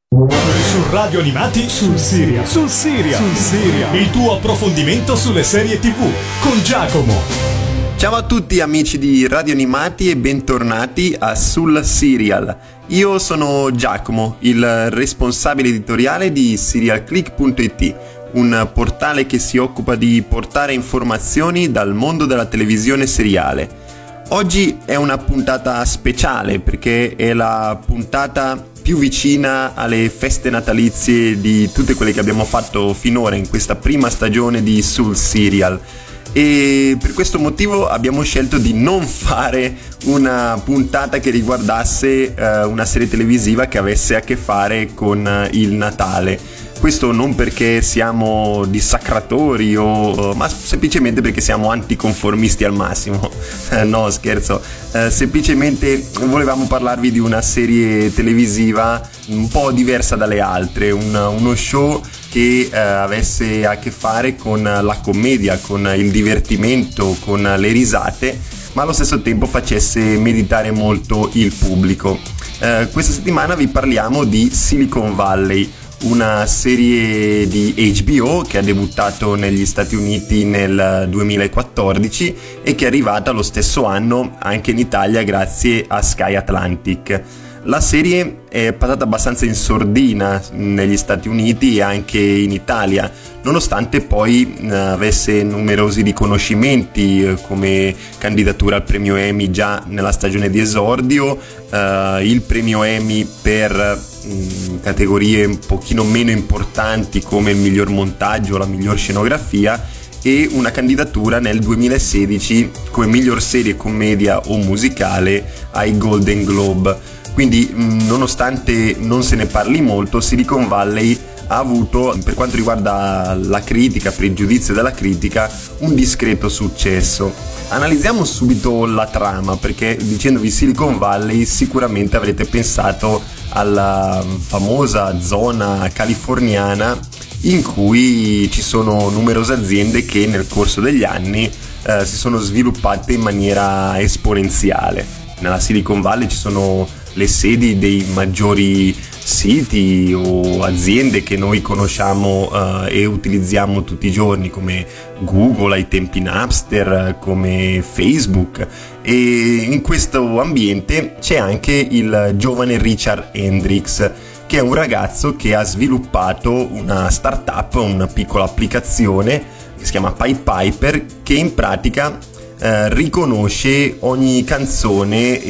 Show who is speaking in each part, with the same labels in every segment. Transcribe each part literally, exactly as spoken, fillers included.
Speaker 1: Su Radio Animati sul Serial. Sul Serial. Sul Serial. Il tuo approfondimento sulle serie tivù con Giacomo.
Speaker 2: Ciao a tutti amici di Radio Animati e bentornati a Sul Serial. Io sono Giacomo, il responsabile editoriale di serial click punto it, un portale che si occupa di portare informazioni dal mondo della televisione seriale. Oggi è una puntata speciale perché è la puntata più vicina alle feste natalizie di tutte quelle che abbiamo fatto finora in questa prima stagione di Sul Serial, e per questo motivo abbiamo scelto di non fare una puntata che riguardasse eh, una serie televisiva che avesse a che fare con eh, il Natale. Questo non perché siamo dissacratori o, ma semplicemente perché siamo anticonformisti al massimo. Eh, no, scherzo. Eh, semplicemente volevamo parlarvi di una serie televisiva un po' diversa dalle altre, un, uno show che eh, avesse a che fare con la commedia, con il divertimento, con le risate, ma allo stesso tempo facesse meditare molto il pubblico. Eh, questa settimana vi parliamo di Silicon Valley, una serie di H B O che ha debuttato negli Stati Uniti nel duemilaquattordici e che è arrivata lo stesso anno anche in Italia grazie a Sky Atlantic. La serie è passata abbastanza in sordina negli Stati Uniti e anche in Italia, nonostante poi eh, avesse numerosi riconoscimenti eh, come candidatura al premio Emmy già nella stagione di esordio, eh, il premio Emmy per mh, categorie un pochino meno importanti come il miglior montaggio o la miglior scenografia, e una candidatura nel duemilasedici come miglior serie commedia o musicale ai Golden Globe. Quindi, nonostante non se ne parli molto, Silicon Valley ha avuto, per quanto riguarda la critica, per il giudizio della critica, un discreto successo. Analizziamo subito la trama, perché dicendovi Silicon Valley sicuramente avrete pensato alla famosa zona californiana in cui ci sono numerose aziende che nel corso degli anni eh, si sono sviluppate in maniera esponenziale. Nella Silicon Valley ci sono le sedi dei maggiori siti o aziende che noi conosciamo uh, e utilizziamo tutti i giorni, come Google ai tempi Napster, come Facebook, e in questo ambiente c'è anche il giovane Richard Hendricks, che è un ragazzo che ha sviluppato una startup, una piccola applicazione che si chiama Pied Piper, che in pratica Eh, riconosce ogni canzone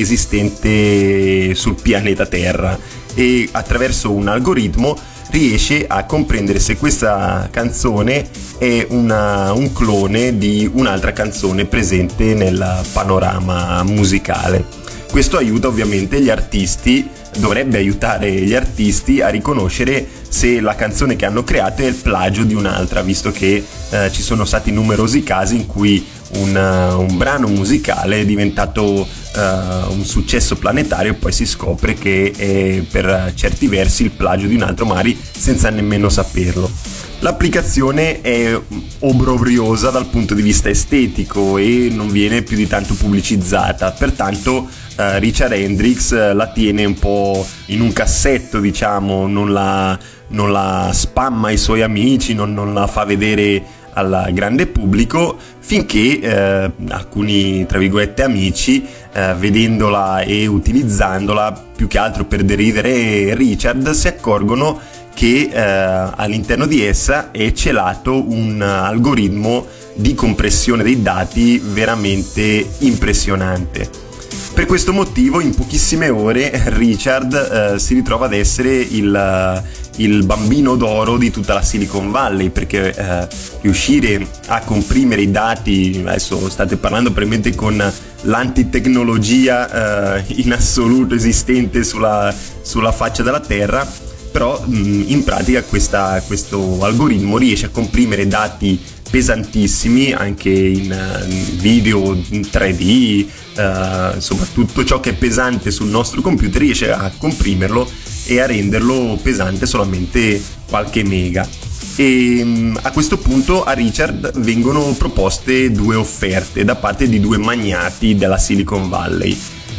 Speaker 2: esistente sul pianeta Terra e attraverso un algoritmo riesce a comprendere se questa canzone è una, un clone di un'altra canzone presente nel panorama musicale. Questo aiuta ovviamente gli artisti, dovrebbe aiutare gli artisti a riconoscere se la canzone che hanno creato è il plagio di un'altra, visto che eh, ci sono stati numerosi casi in cui un, uh, un brano musicale è diventato uh, un successo planetario e poi si scopre che è per certi versi il plagio di un altro, magari senza nemmeno saperlo. L'applicazione è obbrobriosa dal punto di vista estetico e non viene più di tanto pubblicizzata, pertanto uh, Richard Hendricks la tiene un po' in un cassetto, diciamo, non la, non la spamma ai suoi amici, non, non la fa vedere al grande pubblico, finché eh, alcuni, tra virgolette, amici, eh, vedendola e utilizzandola più che altro per deridere Richard, si accorgono che eh, all'interno di essa è celato un algoritmo di compressione dei dati veramente impressionante. Per questo motivo, in pochissime ore Richard eh, si ritrova ad essere il, il bambino d'oro di tutta la Silicon Valley, perché eh, riuscire a comprimere i dati, adesso state parlando probabilmente con l'antitecnologia eh, in assoluto esistente sulla, sulla faccia della terra, però mh, in pratica questa, questo algoritmo riesce a comprimere dati pesantissimi anche in, in video in tre D, uh, insomma tutto ciò che è pesante sul nostro computer riesce a comprimerlo e a renderlo pesante solamente qualche mega. E um, a questo punto a Richard vengono proposte due offerte da parte di due magnati della Silicon Valley.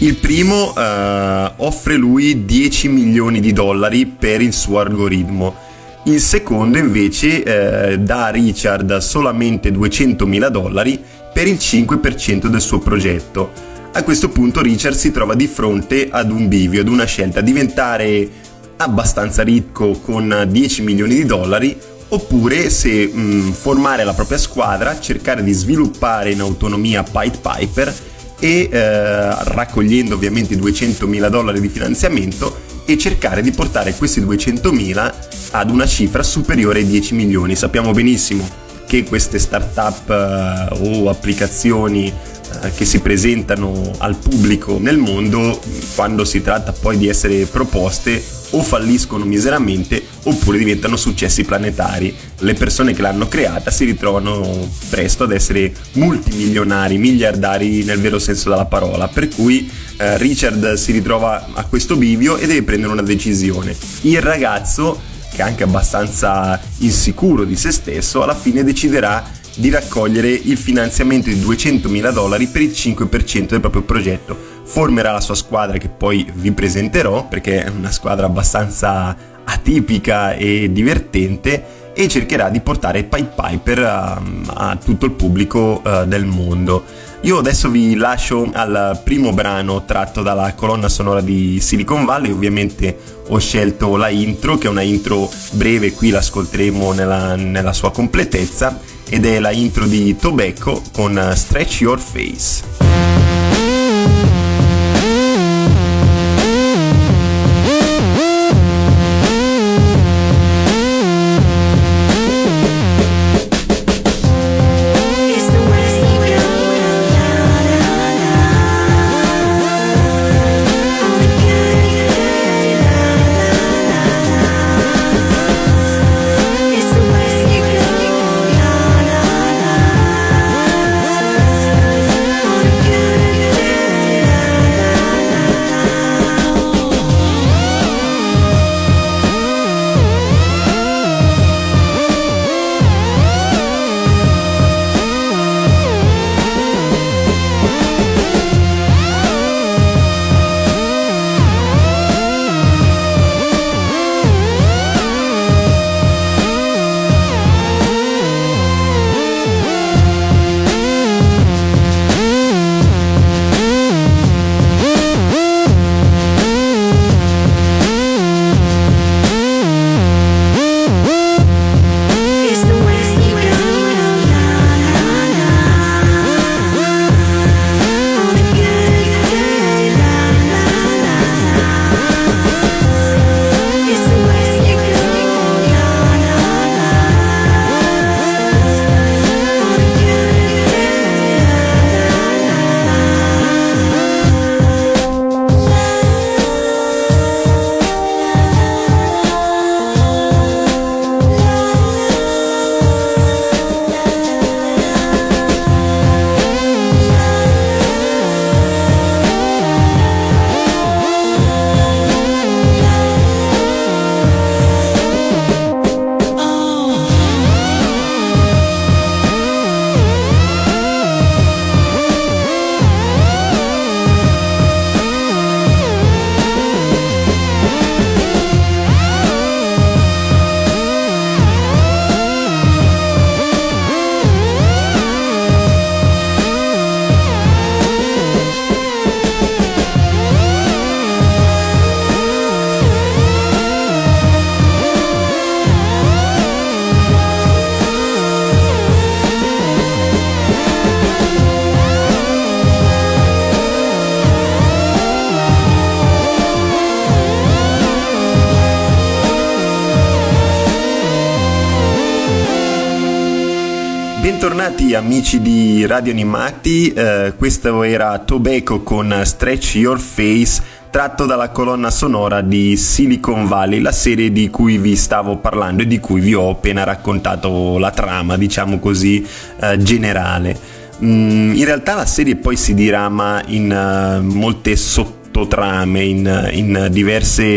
Speaker 2: Il primo eh, offre lui dieci milioni di dollari per il suo algoritmo. Il secondo invece eh, dà a Richard solamente duecentomila dollari per il cinque per cento del suo progetto. A questo punto Richard si trova di fronte ad un bivio, ad una scelta: diventare abbastanza ricco con dieci milioni di dollari, oppure se mh, formare la propria squadra, cercare di sviluppare in autonomia Pied Piper e eh, raccogliendo ovviamente duecentomila dollari di finanziamento e cercare di portare questi duecentomila ad una cifra superiore ai dieci milioni. Sappiamo benissimo che queste startup eh, o applicazioni eh, che si presentano al pubblico nel mondo, quando si tratta poi di essere proposte, o falliscono miseramente oppure diventano successi planetari. Le persone che l'hanno creata si ritrovano presto ad essere multimilionari, miliardari nel vero senso della parola, per cui eh, Richard si ritrova a questo bivio e deve prendere una decisione. Il ragazzo, che è anche abbastanza insicuro di se stesso, alla fine deciderà di raccogliere il finanziamento di duecentomila dollari per il cinque per cento del proprio progetto. Formerà la sua squadra, che poi vi presenterò perché è una squadra abbastanza atipica e divertente, e cercherà di portare Pied Piper a, a tutto il pubblico uh, del mondo. Io adesso vi lascio al primo brano tratto dalla colonna sonora di Silicon Valley. Ovviamente ho scelto la intro, che è una intro breve, qui l'ascolteremo nella, nella sua completezza, ed è la intro di Tobacco con Stretch Your Face. Bentornati amici di Radio Animati, eh, questo era Tobacco con Stretch Your Face, tratto dalla colonna sonora di Silicon Valley, la serie di cui vi stavo parlando e di cui vi ho appena raccontato la trama, diciamo così, eh, generale. Mm, in realtà la serie poi si dirama in uh, molte sottotrame, in, in diverse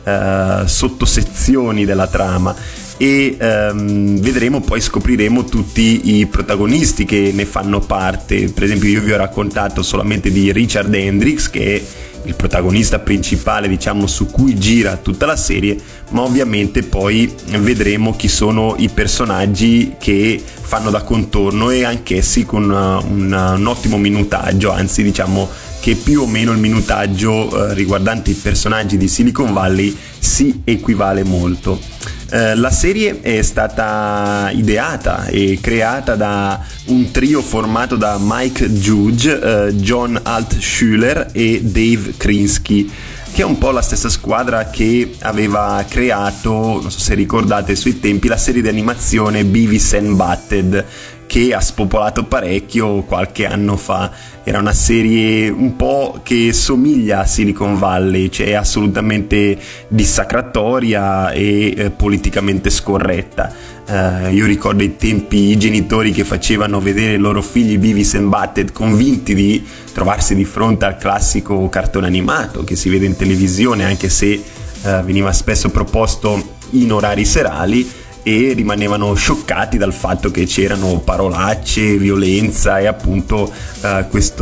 Speaker 2: uh, sottosezioni della trama e um, vedremo, poi scopriremo tutti i protagonisti che ne fanno parte. Per esempio io vi ho raccontato solamente di Richard Hendricks, che è il protagonista principale, diciamo, su cui gira tutta la serie, ma ovviamente poi vedremo chi sono i personaggi che fanno da contorno e anch'essi con una, una, un ottimo minutaggio, anzi diciamo che più o meno il minutaggio eh, riguardante i personaggi di Silicon Valley si equivale molto. Eh, la serie è stata ideata e creata da un trio formato da Mike Judge, eh, John Altschuler e Dave Krinsky, che è un po' la stessa squadra che aveva creato, non so se ricordate, sui tempi la serie di animazione Beavis and Butthead, che ha spopolato parecchio qualche anno fa. Era una serie un po' che somiglia a Silicon Valley, cioè assolutamente dissacratoria e eh, politicamente scorretta. Uh, io ricordo ai tempi i genitori che facevano vedere i loro figli Beavis and Butthead convinti di trovarsi di fronte al classico cartone animato che si vede in televisione, anche se uh, veniva spesso proposto in orari serali, e rimanevano scioccati dal fatto che c'erano parolacce, violenza e appunto uh, questo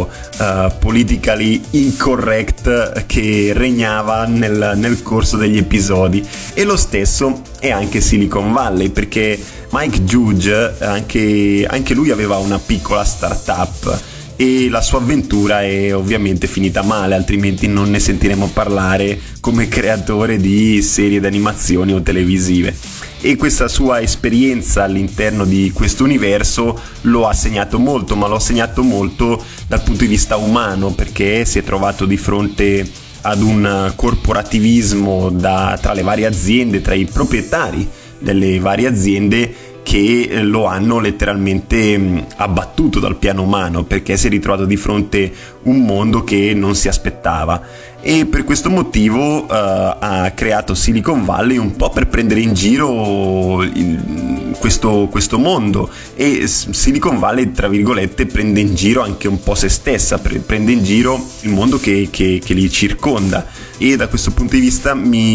Speaker 2: uh, politically incorrect che regnava nel, nel corso degli episodi. E lo stesso è anche Silicon Valley, perché Mike Judge anche, anche lui aveva una piccola startup e la sua avventura è ovviamente finita male, altrimenti non ne sentiremo parlare come creatore di serie d'animazioni o televisive. E questa sua esperienza all'interno di questo universo lo ha segnato molto, ma lo ha segnato molto dal punto di vista umano, perché si è trovato di fronte ad un corporativismo da, tra le varie aziende, tra i proprietari delle varie aziende, che lo hanno letteralmente abbattuto dal piano umano, perché si è ritrovato di fronte un mondo che non si aspettava, e per questo motivo uh, ha creato Silicon Valley un po' per prendere in giro il, questo, questo mondo. E Silicon Valley, tra virgolette, prende in giro anche un po' se stessa, pre- prende in giro il mondo che, che, che li circonda, e da questo punto di vista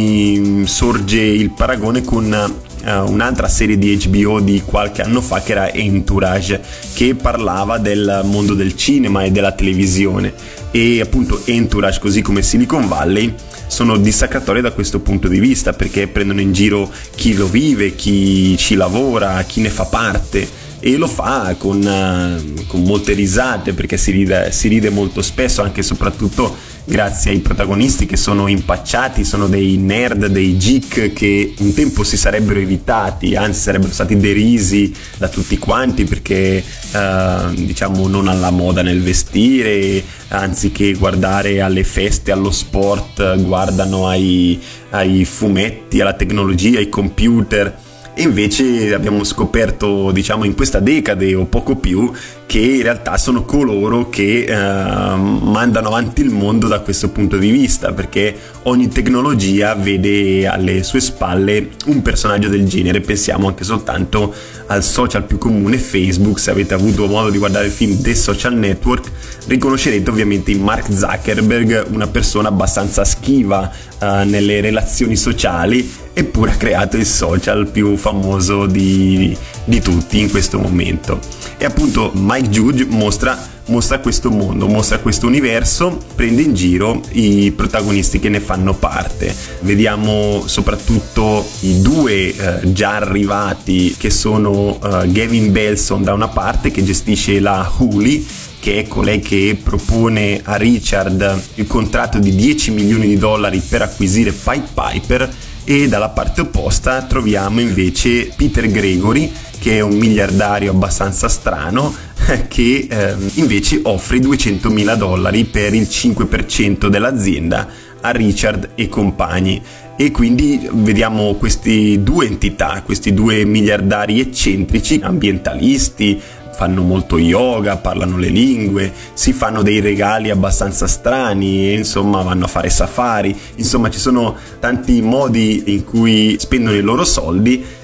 Speaker 2: mi sorge il paragone con Uh, un'altra serie di H B O di qualche anno fa, che era Entourage, che parlava del mondo del cinema e della televisione. E appunto Entourage, così come Silicon Valley, sono dissacratori da questo punto di vista, perché prendono in giro chi lo vive, chi ci lavora, chi ne fa parte, e lo fa con, uh, con molte risate, perché si ride, si ride molto spesso, anche e soprattutto grazie ai protagonisti che sono impacciati, sono dei nerd, dei geek che un tempo si sarebbero evitati, anzi sarebbero stati derisi da tutti quanti, perché uh, diciamo non alla moda nel vestire, anziché guardare alle feste, allo sport, guardano ai, ai fumetti, alla tecnologia, ai computer. E invece abbiamo scoperto, diciamo, in questa decade o poco più, che in realtà sono coloro che eh, mandano avanti il mondo da questo punto di vista, perché ogni tecnologia vede alle sue spalle un personaggio del genere. Pensiamo anche soltanto al social più comune, Facebook. Se avete avuto modo di guardare il film The Social Network, riconoscerete ovviamente in Mark Zuckerberg una persona abbastanza schiva eh, nelle relazioni sociali, eppure ha creato il social più famoso di, di tutti in questo momento. E appunto Mike Judge mostra, mostra questo mondo, mostra questo universo, prende in giro i protagonisti che ne fanno parte. Vediamo soprattutto i due eh, già arrivati, che sono eh, Gavin Belson da una parte, che gestisce la Huli, che è colei che propone a Richard il contratto di dieci milioni di dollari per acquisire Pied Piper, e dalla parte opposta troviamo invece Peter Gregory, che è un miliardario abbastanza strano, che eh, invece offre duecentomila dollari per il cinque per cento dell'azienda a Richard e compagni. E quindi vediamo queste due entità, questi due miliardari eccentrici, ambientalisti, fanno molto yoga, parlano le lingue, si fanno dei regali abbastanza strani e insomma vanno a fare safari. Insomma, ci sono tanti modi in cui spendono i loro soldi,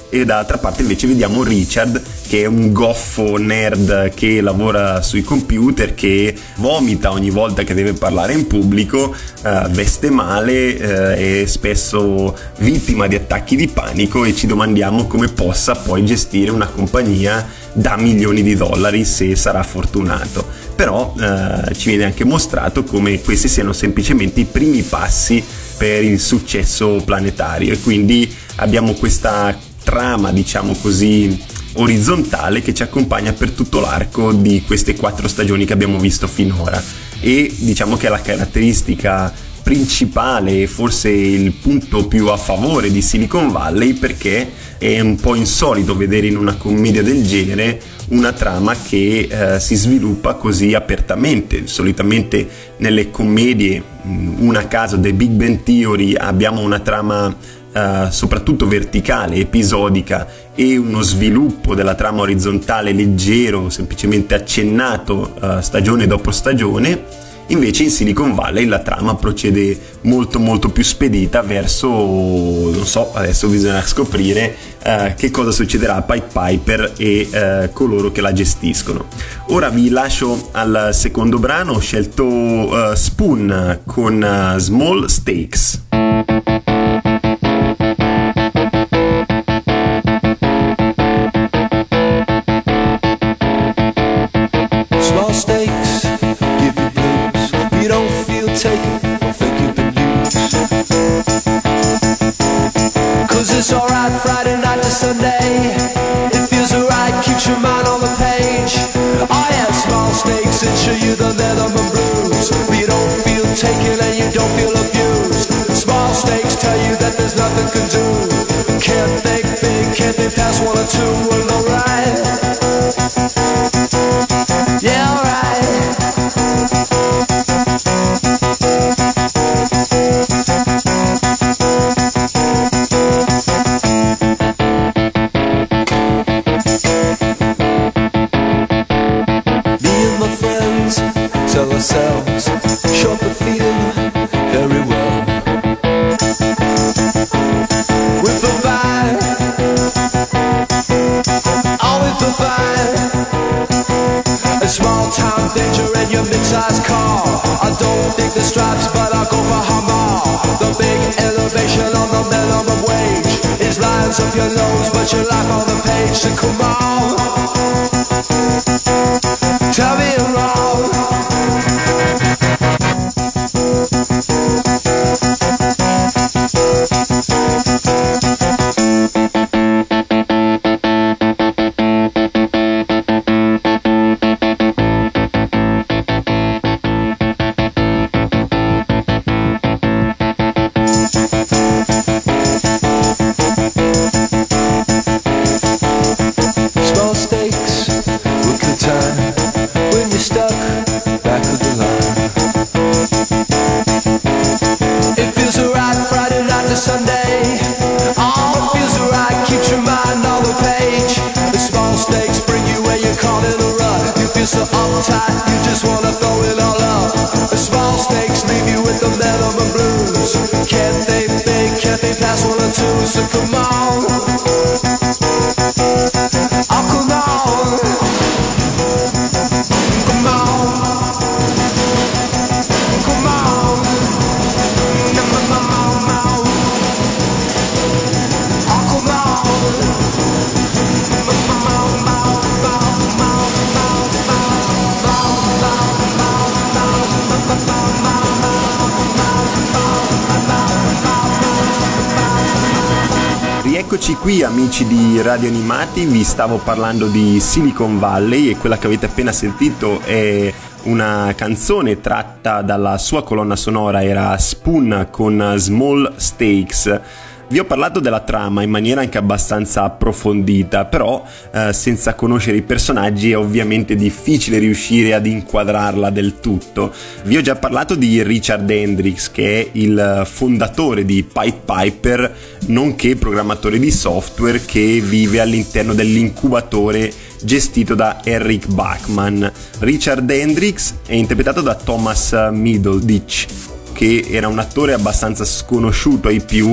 Speaker 2: e dall'altra parte invece vediamo Richard, che è un goffo nerd che lavora sui computer, che vomita ogni volta che deve parlare in pubblico, eh, veste male, eh, è spesso vittima di attacchi di panico, e ci domandiamo come possa poi gestire una compagnia da milioni di dollari se sarà fortunato. Però eh, ci viene anche mostrato come questi siano semplicemente i primi passi per il successo planetario, e quindi abbiamo questa trama, diciamo così, orizzontale che ci accompagna per tutto l'arco di queste quattro stagioni che abbiamo visto finora. E diciamo che è la caratteristica principale e forse il punto più a favore di Silicon Valley, perché è un po' insolito vedere in una commedia del genere una trama che eh, si sviluppa così apertamente. Solitamente nelle commedie, una a caso The Big Bang Theory, abbiamo una trama Uh, soprattutto verticale, episodica, e uno sviluppo della trama orizzontale leggero, semplicemente accennato uh, stagione dopo stagione. Invece in Silicon Valley la trama procede molto molto più spedita verso, non so, adesso bisogna scoprire uh, che cosa succederà a Pied Piper e uh, coloro che la gestiscono. Ora vi lascio al secondo brano. Ho scelto uh, Spoon con uh, Small Stakes.
Speaker 3: It's alright Friday night to Sunday. It feels alright, keeps your mind on the page. I have small stakes that show you the rhythm and blues. But you don't feel taken and you don't feel abused. Small stakes tell you that there's nothing to do. Can't think big, can't think past one or two. Well, alright. Yeah, alright. Ourselves, short but feeling very well. With the vibe, all with the vibe. A small town danger in your mid-sized car. I don't think the stripes, but I'll go for Hamar. The big elevation on the minimum wage is lines up your nose, but your life on the page. So come on, tell me you're wrong. So uptight, you just wanna throw it all up. Small stakes leave you with the minimum blues. Can't think big, can't think past one or two. So come on, oh come on, come on, come on, come on, oh come on.
Speaker 2: Rieccoci qui amici di Radio Animati, vi stavo parlando di Silicon Valley e quella che avete appena sentito è una canzone tratta dalla sua colonna sonora, era Spoon con Small Stakes. Vi ho parlato della trama in maniera anche abbastanza approfondita, però eh, senza conoscere i personaggi è ovviamente difficile riuscire ad inquadrarla del tutto. Vi ho già parlato di Richard Hendricks, che è il fondatore di Pied Piper, nonché programmatore di software che vive all'interno dell'incubatore gestito da Eric Bachman. Richard Hendricks è interpretato da Thomas Middleditch, che era un attore abbastanza sconosciuto ai più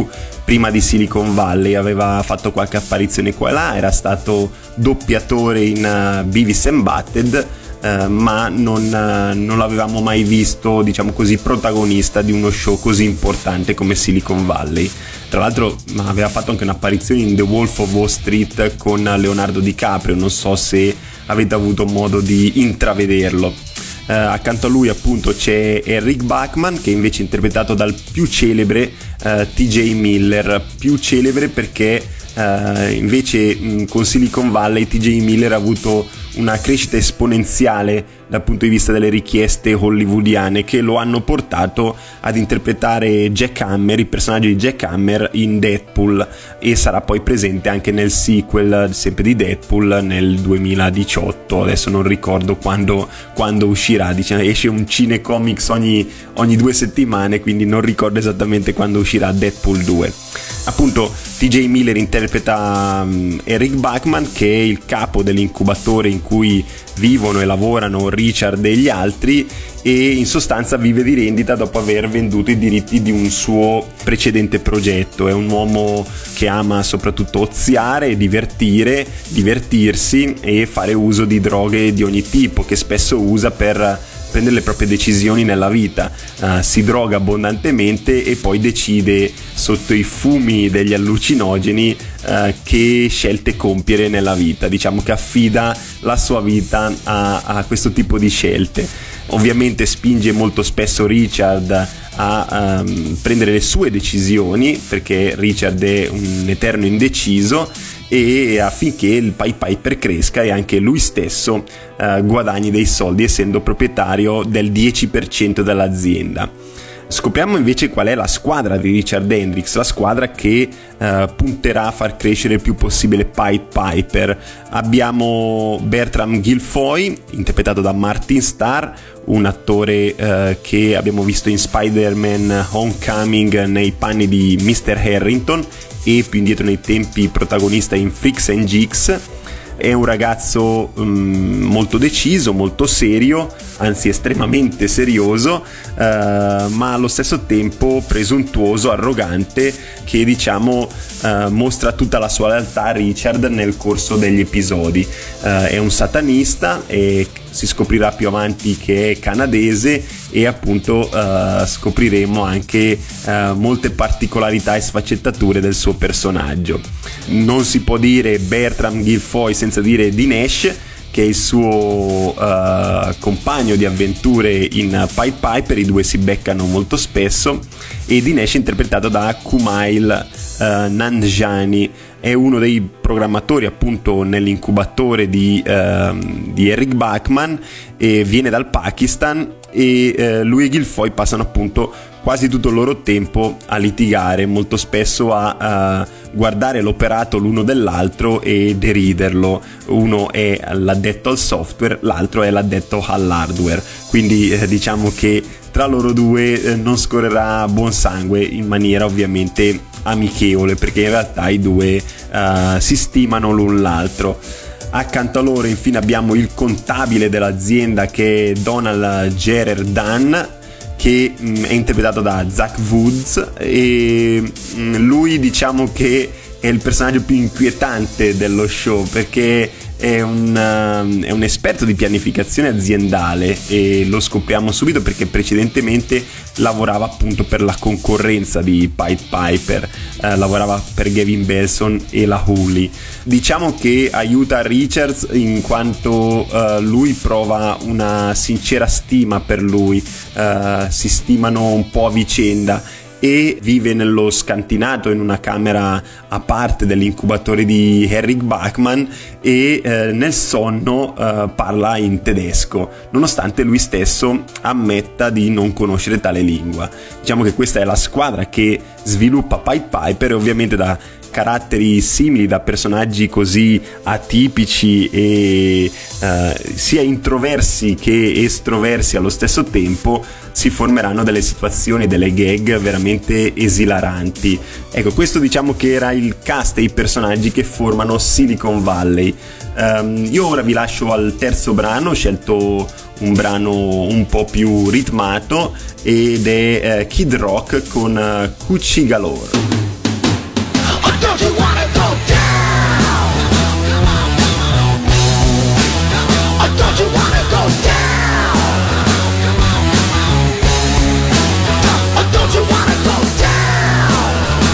Speaker 2: prima di Silicon Valley, aveva fatto qualche apparizione qua e là, era stato doppiatore in uh, Beavis and Butthead, uh, ma non, uh, non l'avevamo mai visto, diciamo così, protagonista di uno show così importante come Silicon Valley. Tra l'altro aveva fatto anche un'apparizione in The Wolf of Wall Street con Leonardo DiCaprio, non so se avete avuto modo di intravederlo. Uh, accanto a lui appunto c'è Eric Bachman, che è invece interpretato dal più celebre uh, T J Miller, più celebre perché uh, invece mh, con Silicon Valley T J Miller ha avuto una crescita esponenziale dal punto di vista delle richieste hollywoodiane, che lo hanno portato ad interpretare Jack Hammer, il personaggio di Jack Hammer in Deadpool, e sarà poi presente anche nel sequel sempre di Deadpool nel duemiladiciotto, adesso non ricordo quando, quando uscirà, diciamo, esce un cinecomics ogni, ogni due settimane, quindi non ricordo esattamente quando uscirà Deadpool due. Appunto T J Miller interpreta um, Eric Bachman, che è il capo dell'incubatore in cui vivono e lavorano Richard e gli altri, e in sostanza vive di rendita dopo aver venduto i diritti di un suo precedente progetto. È un uomo che ama soprattutto oziare, divertire, divertirsi e fare uso di droghe di ogni tipo, che spesso usa per prendere le proprie decisioni nella vita. Uh, si droga abbondantemente e poi decide sotto i fumi degli allucinogeni uh, che scelte compiere nella vita. Diciamo che affida la sua vita a, a questo tipo di scelte. Ovviamente spinge molto spesso Richard a um, prendere le sue decisioni, perché Richard è un eterno indeciso, e affinché il Pied Piper cresca e anche lui stesso uh, guadagni dei soldi, essendo proprietario del dieci per cento dell'azienda. Scopriamo invece qual è la squadra di Richard Hendricks, la squadra che uh, punterà a far crescere il più possibile Pied Piper. Abbiamo Bertram Guilfoyle, interpretato da Martin Starr, un attore uh, che abbiamo visto in Spider-Man Homecoming nei panni di mister Harrington, e più indietro nei tempi protagonista in Freaks and Geeks. È un ragazzo um, molto deciso, molto serio, anzi estremamente serioso, uh, ma allo stesso tempo presuntuoso, arrogante, che diciamo uh, mostra tutta la sua lealtà a Richard nel corso degli episodi. Uh, è un satanista e si scoprirà più avanti che è canadese, e appunto uh, scopriremo anche uh, molte particolarità e sfaccettature del suo personaggio. Non si può dire Bertram Guilfoyle senza dire Dinesh, che è il suo uh, compagno di avventure in Pied Piper. I due si beccano molto spesso, e Dinesh è interpretato da Kumail uh, Nanjiani. È uno dei programmatori appunto nell'incubatore di, uh, di Eric Bachman, e viene dal Pakistan, e uh, lui e Guilfoyle passano appunto quasi tutto il loro tempo a litigare, molto spesso a uh, guardare l'operato l'uno dell'altro e deriderlo. Uno è l'addetto al software, l'altro è l'addetto all'hardware, quindi eh, diciamo che tra loro due eh, non scorrerà buon sangue in maniera ovviamente amichevole, perché in realtà i due uh, si stimano l'un l'altro. Accanto a loro infine abbiamo il contabile dell'azienda, che è Donald Gerard Dunn, che mh, è interpretato da Zach Woods, e mh, lui diciamo che è il personaggio più inquietante dello show, perché è un, uh, è un esperto di pianificazione aziendale, e lo scopriamo subito perché precedentemente lavorava appunto per la concorrenza di Pied Piper, uh, lavorava per Gavin Belson e la Hooley. Diciamo che aiuta Richards in quanto uh, lui prova una sincera stima per lui, uh, si stimano un po' a vicenda, e vive nello scantinato in una camera a parte dell'incubatore di Eric Bachman, e eh, nel sonno eh, parla in tedesco, nonostante lui stesso ammetta di non conoscere tale lingua. Diciamo che questa è la squadra che sviluppa Pied Piper, e ovviamente da caratteri simili, da personaggi così atipici e eh, sia introversi che estroversi allo stesso tempo, si formeranno delle situazioni, delle gag veramente esilaranti. Ecco, questo diciamo che era il cast e i personaggi che formano Silicon Valley. Um, io ora vi lascio al terzo brano, ho scelto un brano un po' più ritmato, ed è uh, Kid Rock con uh, Coochie Galore.
Speaker 3: Don't you wanna go down? Don't you wanna go down? Don't you wanna go down?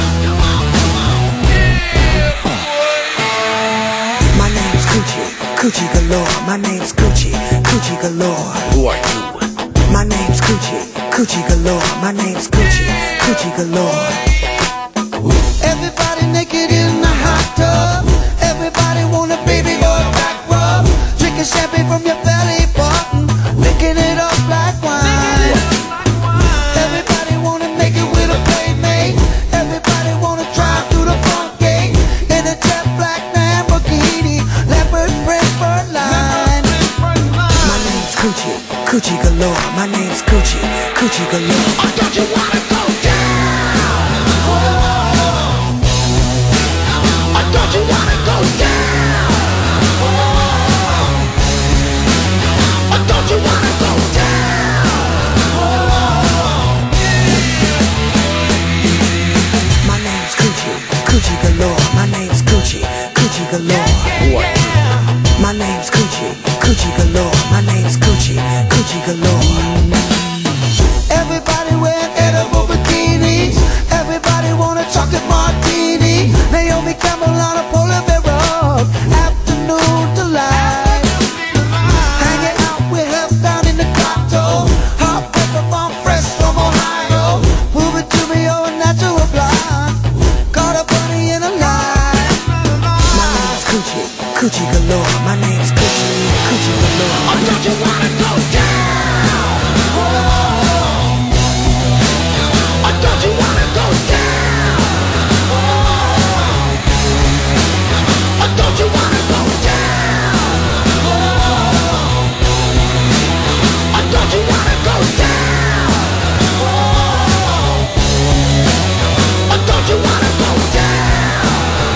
Speaker 3: My name's Coochie, Coochie galore. My name's Coochie, Coochie galore. Who are you? My name's Coochie, Coochie galore. My name's Coochie, Coochie galore. Everybody naked in the hot tub. Everybody want a baby boy back rub. Drinking champagne from your belly button, licking it up like wine. Everybody wanna make it with a playmate. Everybody wanna drive through the front gate in a jet black Lamborghini, leopard print fur line. My name's Coochie, Coochie galore. My name's Coochie, Coochie galore. Oh, don't you wanna go down? Oh, don't you wanna go down? Oh, don't you wanna go down? My name's Coochie, Coochie galore. My name's Coochie, Coochie galore. What? My name's Coochie, Coochie galore. My name's Coochie, Coochie galore. Everybody wearing edible bikinis. Everybody want a chocolate martini. Naomi Campbell on a polar bear rug. Afternoon delight. Hanging out with her down in the grotto. Hot pepper farm fresh from Ohio. Move it to me, oh, a natural blonde. Caught a bunny in a line. My name's Coochie, Coochie galore. My name's Coochie, Coochie galore. Oh, don't you wanna go down? Oh, don't you wanna go down? Oh, don't you wanna go down? Oh, don't you wanna go down? Oh, don't you wanna go down?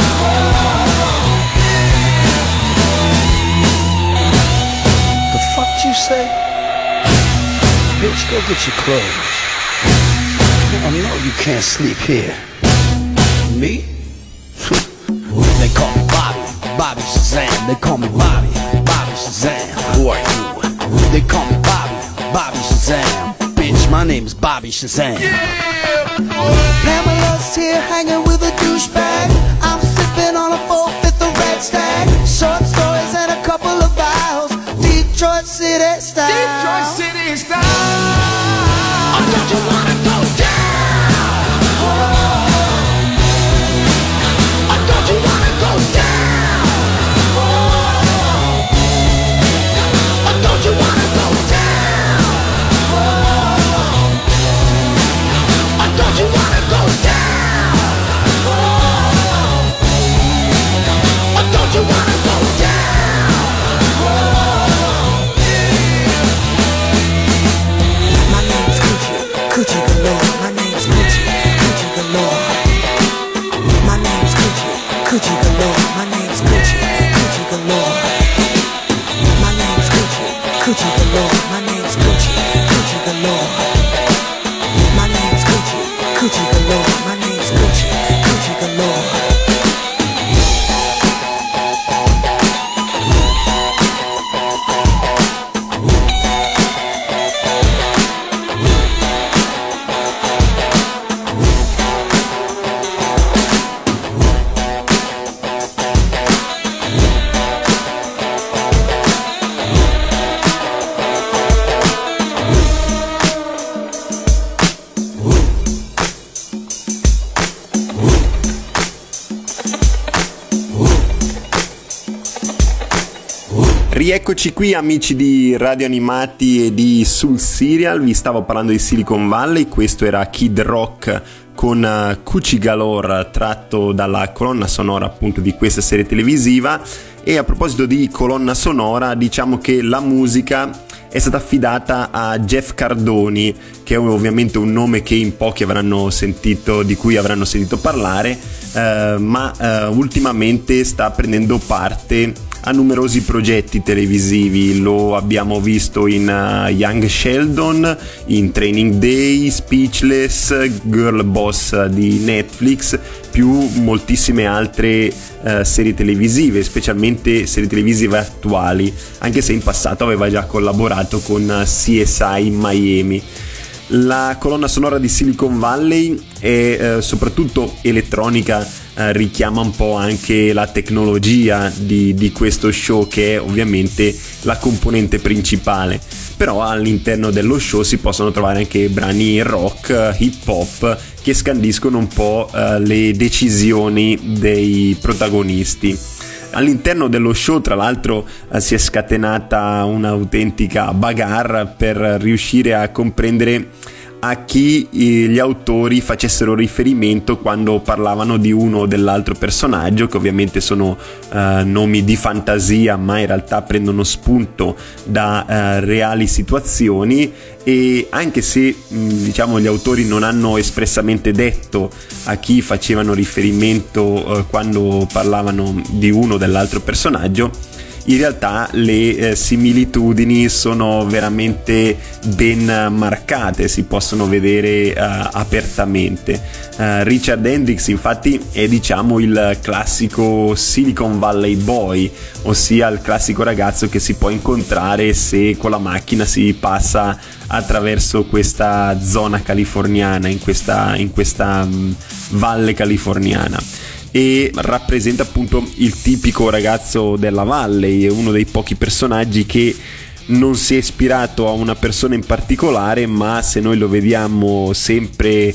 Speaker 3: The fuck you say? Bitch, go get your clothes. I know you can't sleep here. Me? They call me Bobby, Bobby Shazam. They call me Bobby, Bobby Shazam. Who are you? They call me Bobby, Bobby Shazam. Bitch, my name is Bobby Shazam. Yeah, Pamela's here hanging with a douchebag. I'm sipping on a four-fifth of red stag. Short stories and a couple of vials. Detroit City style. Detroit City style. Oh, don't you wanna go down? Oh, don't you wanna go down? Oh, don't you wanna go down? Oh, don't you wanna go down? Oh, don't you wanna go down? My name's Coochie, Coochie galore. My name's Coochie, Coochie galore. My name's Coochie, Coochie galore. My name's Coochie, Coochie galore. My name's Coochie, Coochie galore. My name's Coochie, Coochie galore. My name's Coochie, Coochie galore. My name's Coochie, Coochie galore.
Speaker 2: Rieccoci qui amici di Radio Animati e di Soul Serial, vi stavo parlando di Silicon Valley, questo era Kid Rock con Coochie Galore tratto dalla colonna sonora appunto di questa serie televisiva. E a proposito di colonna sonora, diciamo che la musica è stata affidata a Jeff Cardoni, che è ovviamente un nome che in pochi avranno sentito, di cui avranno sentito parlare, eh, ma eh, ultimamente sta prendendo parte a numerosi progetti televisivi. Lo abbiamo visto in uh, Young Sheldon, in Training Day, Speechless, Girl Boss di Netflix, più moltissime altre uh, serie televisive, specialmente serie televisive attuali, anche se in passato aveva già collaborato con C S I Miami. La colonna sonora di Silicon Valley è uh, soprattutto elettronica, uh, richiama un po' anche la tecnologia di, di questo show, che è ovviamente la componente principale. Però all'interno dello show si possono trovare anche brani rock, hip hop, che scandiscono un po' uh, le decisioni dei protagonisti. All'interno dello show, tra l'altro, uh, si è scatenata un'autentica bagarre per riuscire a comprendere a chi gli autori facessero riferimento quando parlavano di uno o dell'altro personaggio, che ovviamente sono uh, nomi di fantasia, ma in realtà prendono spunto da uh, reali situazioni. E anche se mh, diciamo gli autori non hanno espressamente detto a chi facevano riferimento uh, quando parlavano di uno o dell'altro personaggio, in realtà le eh, similitudini sono veramente ben marcate, si possono vedere uh, apertamente. Uh, Richard Hendricks infatti è, diciamo, il classico Silicon Valley Boy, ossia il classico ragazzo che si può incontrare se con la macchina si passa attraverso questa zona californiana, in questa, in questa um, valle californiana. E rappresenta appunto il tipico ragazzo della Valley, è uno dei pochi personaggi che non si è ispirato a una persona in particolare, ma se noi lo vediamo sempre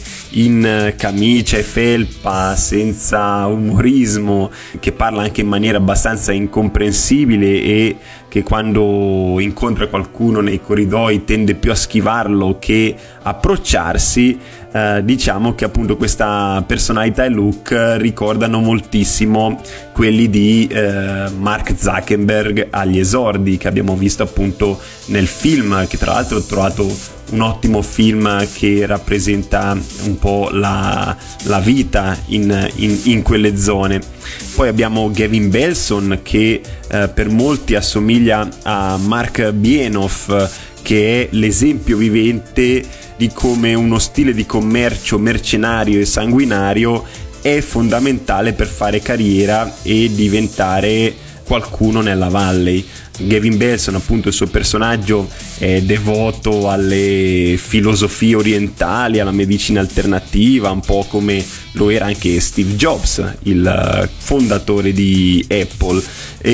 Speaker 2: in camicia e felpa, senza umorismo, che parla anche in maniera abbastanza incomprensibile e che quando incontra qualcuno nei corridoi tende più a schivarlo che approcciarsi, eh, diciamo che appunto questa personalità e look ricordano moltissimo quelli di eh, Mark Zuckerberg agli esordi, che abbiamo visto appunto nel film, che tra l'altro ho trovato un ottimo film che rappresenta un po' la, la vita in, in, in quelle zone. Poi abbiamo Gavin Belson, che eh, per molti assomiglia a Mark Bienoff, che è l'esempio vivente di come uno stile di commercio mercenario e sanguinario è fondamentale per fare carriera e diventare qualcuno nella Valley. Gavin Belson, appunto, il suo personaggio è devoto alle filosofie orientali, alla medicina alternativa, un po' come lo era anche Steve Jobs, il fondatore di Apple,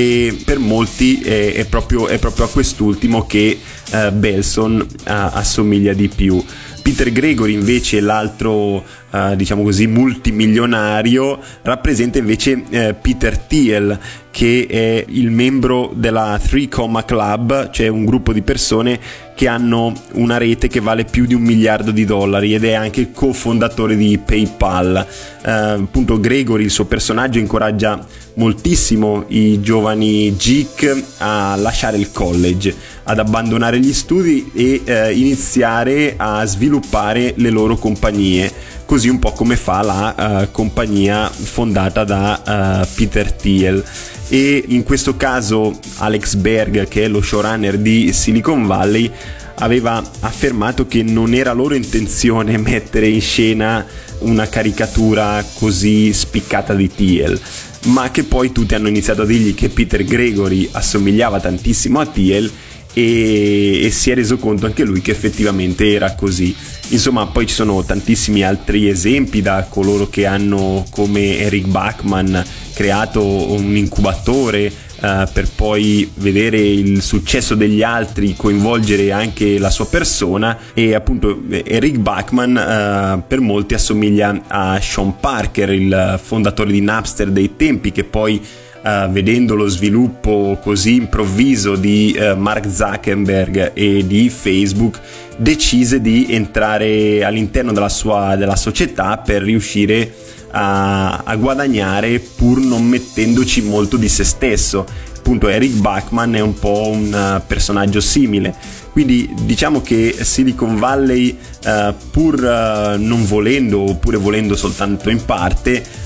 Speaker 2: e per molti è, è, proprio, è proprio a quest'ultimo che uh, Belson uh, assomiglia di più. Peter Gregory invece, l'altro uh, diciamo così multimilionario, rappresenta invece uh, Peter Thiel, che è il membro della Three Comma Club, cioè un gruppo di persone che hanno una rete che vale più di un miliardo di dollari, ed è anche il cofondatore di PayPal. Uh, appunto Gregory, il suo personaggio, incoraggia moltissimo i giovani geek a lasciare il college, ad abbandonare gli studi e uh, iniziare a sviluppare le loro compagnie, così un po' come fa la uh, compagnia fondata da uh, Peter Thiel. E in questo caso Alex Berg, che è lo showrunner di Silicon Valley, aveva affermato che non era loro intenzione mettere in scena una caricatura così spiccata di Thiel, ma che poi tutti hanno iniziato a dirgli che Peter Gregory assomigliava tantissimo a Thiel, e, e si è reso conto anche lui che effettivamente era così. Insomma, poi ci sono tantissimi altri esempi, da coloro che hanno, come Eric Bachman, creato un incubatore uh, per poi vedere il successo degli altri, coinvolgere anche la sua persona. E appunto Eric Bachman uh, per molti assomiglia a Sean Parker, il fondatore di Napster dei tempi, che poi Uh, vedendo lo sviluppo così improvviso di uh, Mark Zuckerberg e di Facebook, decise di entrare all'interno della sua della società per riuscire a, a guadagnare, pur non mettendoci molto di se stesso. Appunto Eric Bachman è un po' un uh, personaggio simile, quindi diciamo che Silicon Valley, uh, pur uh, non volendo, oppure volendo soltanto in parte,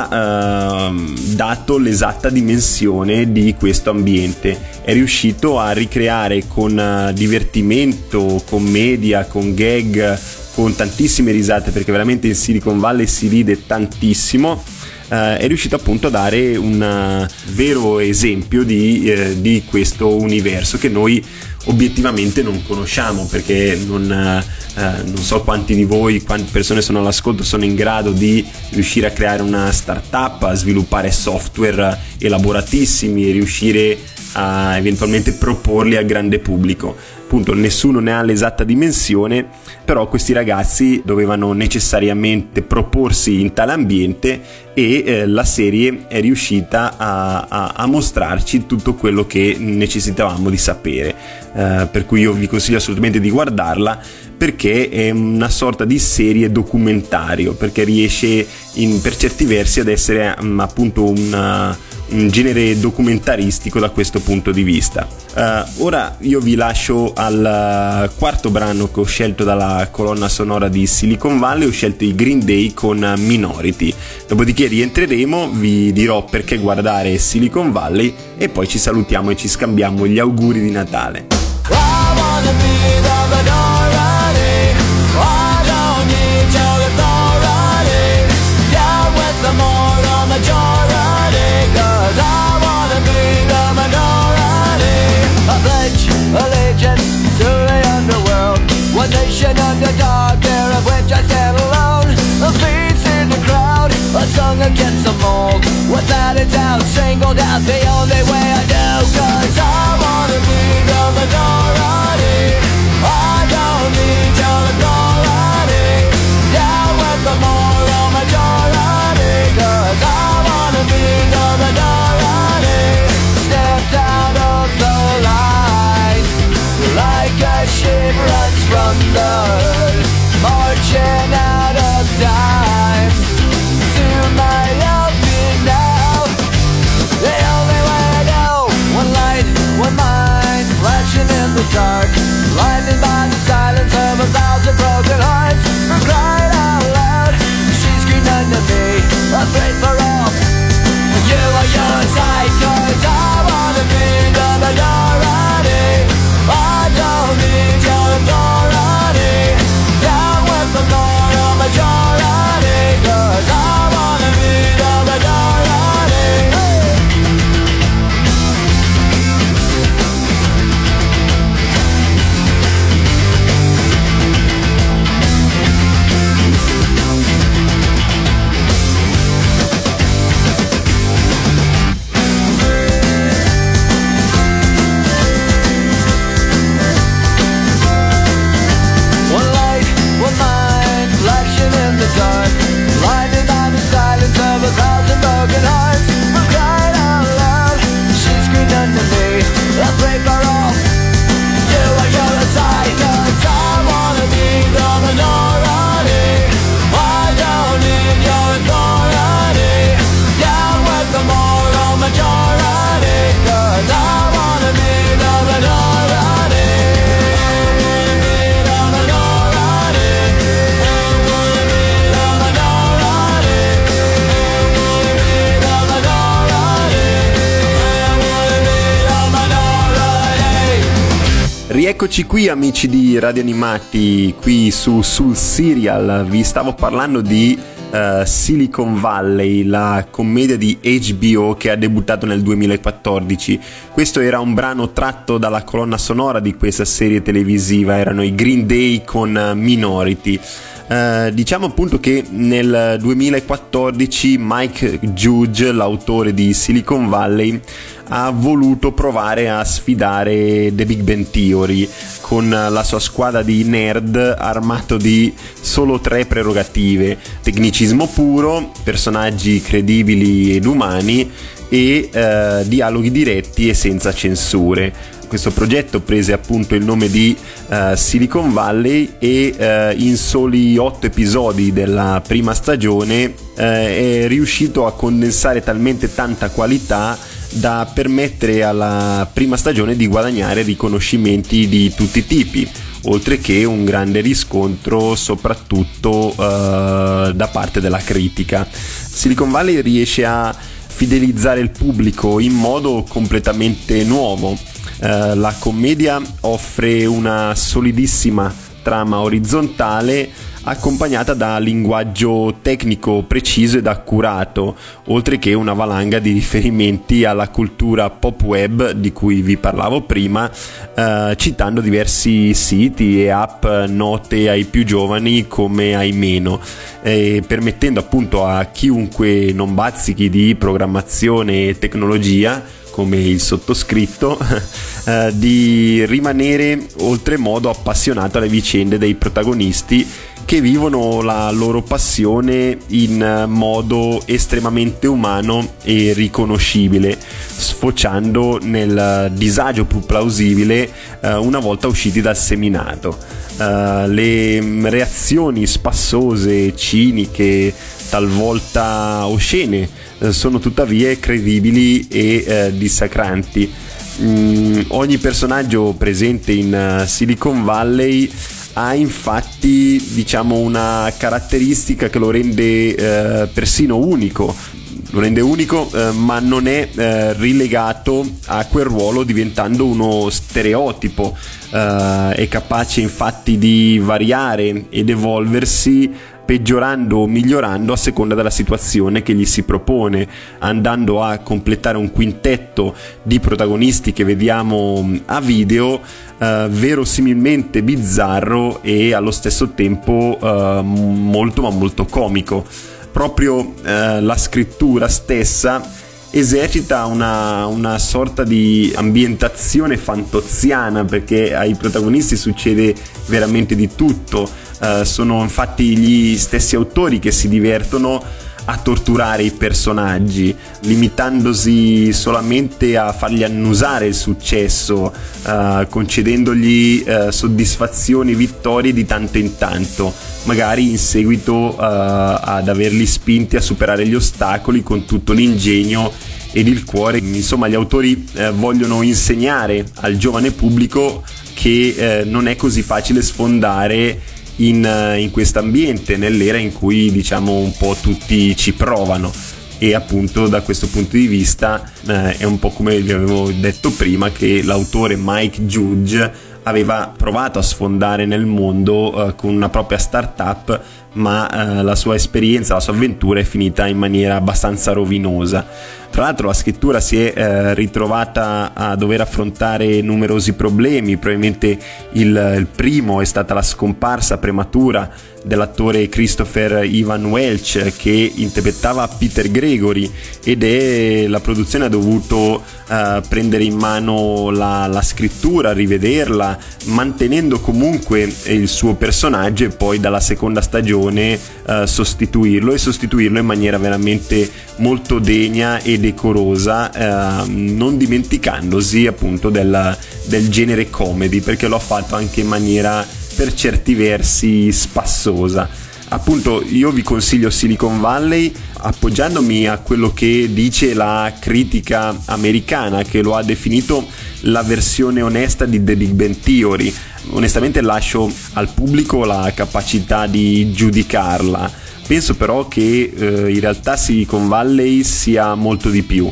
Speaker 2: ha uh, dato l'esatta dimensione di questo ambiente. È riuscito a ricreare con uh, divertimento, commedia, con gag, con tantissime risate, perché veramente in Silicon Valley si ride tantissimo, eh, è riuscito appunto a dare un uh, vero esempio di, eh, di questo universo che noi obiettivamente non conosciamo, perché non, eh, non so quanti di voi, quante persone sono all'ascolto, sono in grado di riuscire a creare una startup, a sviluppare software elaboratissimi e riuscire a eventualmente proporli al grande pubblico. Appunto, nessuno ne ha l'esatta dimensione, però questi ragazzi dovevano necessariamente proporsi in tale ambiente e eh, la serie è riuscita a, a, a mostrarci tutto quello che necessitavamo di sapere, eh, per cui io vi consiglio assolutamente di guardarla, perché è una sorta di serie documentario, perché riesce in, per certi versi ad essere um, appunto una, un genere documentaristico da questo punto di vista. Uh, ora io vi lascio al quarto brano che ho scelto dalla colonna sonora di Silicon Valley. Ho scelto i Green Day con Minority, dopodiché rientreremo, vi dirò perché guardare Silicon Valley e poi ci salutiamo e ci scambiamo gli auguri di Natale.
Speaker 3: Allegiance to the underworld, one nation under dark, there of which I stand alone. A beats in the crowd, a song against the mold. Without a doubt, singled out the only way I do. Cause I wanna be the minority, I don't need your authority. Down with the moral majority, cause I wanna be the minority. Stepped out of the line, like a ship runs from the herd, marching out of time. To my love me now, the only way I know. One light, one mind, flashing in the dark, blinded by the silence of a thousand broken hearts. Who cried out loud, she screamed unto me, afraid for all. You are your side, cause I wanna be the minority. I don't need your authority. Down with the moral majority, cause I wanna be the minority. Dark, blinded by the silence of a thousand broken hearts. Who cried out loud, she screamed unto me, afraid for all. You are your side, cause I wanna be the minority. I don't need your authority. Down with the moral majority, cause I wanna be the minority.
Speaker 2: Rieccoci qui amici di Radio Animati, qui su sul Serial. Vi stavo parlando di uh, Silicon Valley, la commedia di H B O che ha debuttato nel duemilaquattordici. Questo era un brano tratto dalla colonna sonora di questa serie televisiva, erano i Green Day con Minority. Uh, diciamo appunto che nel duemilaquattordici Mike Judge, l'autore di Silicon Valley, ha voluto provare a sfidare The Big Bang Theory con la sua squadra di nerd armato di solo tre prerogative: tecnicismo puro, personaggi credibili ed umani e uh, dialoghi diretti e senza censure. Questo progetto prese appunto il nome di uh, Silicon Valley e uh, in soli otto episodi della prima stagione uh, è riuscito a condensare talmente tanta qualità da permettere alla prima stagione di guadagnare riconoscimenti di tutti i tipi, oltre che un grande riscontro soprattutto uh, da parte della critica. Silicon Valley riesce a fidelizzare il pubblico in modo completamente nuovo. Uh, la commedia offre una solidissima trama orizzontale accompagnata da linguaggio tecnico preciso ed accurato, oltre che una valanga di riferimenti alla cultura pop web di cui vi parlavo prima, eh, citando diversi siti e app note ai più giovani come ai meno, eh, permettendo appunto a chiunque non bazzichi di programmazione e tecnologia, come il sottoscritto, eh, di rimanere oltremodo appassionato alle vicende dei protagonisti che vivono la loro passione in modo estremamente umano e riconoscibile, sfociando nel disagio più plausibile eh, una volta usciti dal seminato. Uh, le reazioni spassose, ciniche, talvolta oscene, uh, sono tuttavia credibili e uh, dissacranti. Mm, ogni personaggio presente in uh, Silicon Valley ha infatti, diciamo, una caratteristica che lo rende uh, persino unico. Lo rende unico, eh, ma non è eh, rilegato a quel ruolo diventando uno stereotipo. Eh, è capace infatti di variare ed evolversi, peggiorando o migliorando a seconda della situazione che gli si propone, andando a completare un quintetto di protagonisti che vediamo a video, eh, verosimilmente bizzarro e allo stesso tempo eh, molto ma molto comico. Proprio eh, la scrittura stessa esercita una, una sorta di ambientazione fantoziana, perché ai protagonisti succede veramente di tutto. Eh, sono infatti gli stessi autori che si divertono a torturare i personaggi, limitandosi solamente a fargli annusare il successo, eh, concedendogli eh, soddisfazioni, vittorie di tanto in tanto, magari in seguito eh, ad averli spinti a superare gli ostacoli con tutto l'ingegno ed il cuore. Insomma, gli autori eh, vogliono insegnare al giovane pubblico che eh, non è così facile sfondare in, in quest'ambiente, nell'era in cui, diciamo, un po' tutti ci provano. E appunto da questo punto di vista eh, è un po' come vi avevo detto prima, che l'autore Mike Judge aveva provato a sfondare nel mondo eh, con una propria startup, ma eh, la sua esperienza, la sua avventura è finita in maniera abbastanza rovinosa. Tra l'altro la scrittura si è eh, ritrovata a dover affrontare numerosi problemi. Probabilmente il, il primo è stata la scomparsa prematura dell'attore Christopher Ivan Welch, che interpretava Peter Gregory, ed è la produzione ha dovuto uh, prendere in mano la, la scrittura, rivederla, mantenendo comunque il suo personaggio, e poi dalla seconda stagione uh, sostituirlo e sostituirlo in maniera veramente molto degna e decorosa, uh, non dimenticandosi appunto del, del genere comedy, perché lo ha fatto anche in maniera per certi versi spassosa. Appunto, io vi consiglio Silicon Valley appoggiandomi a quello che dice la critica americana, che lo ha definito la versione onesta di The Big Bang Theory. Onestamente lascio al pubblico la capacità di giudicarla. Penso però che eh, in realtà Silicon Valley sia molto di più.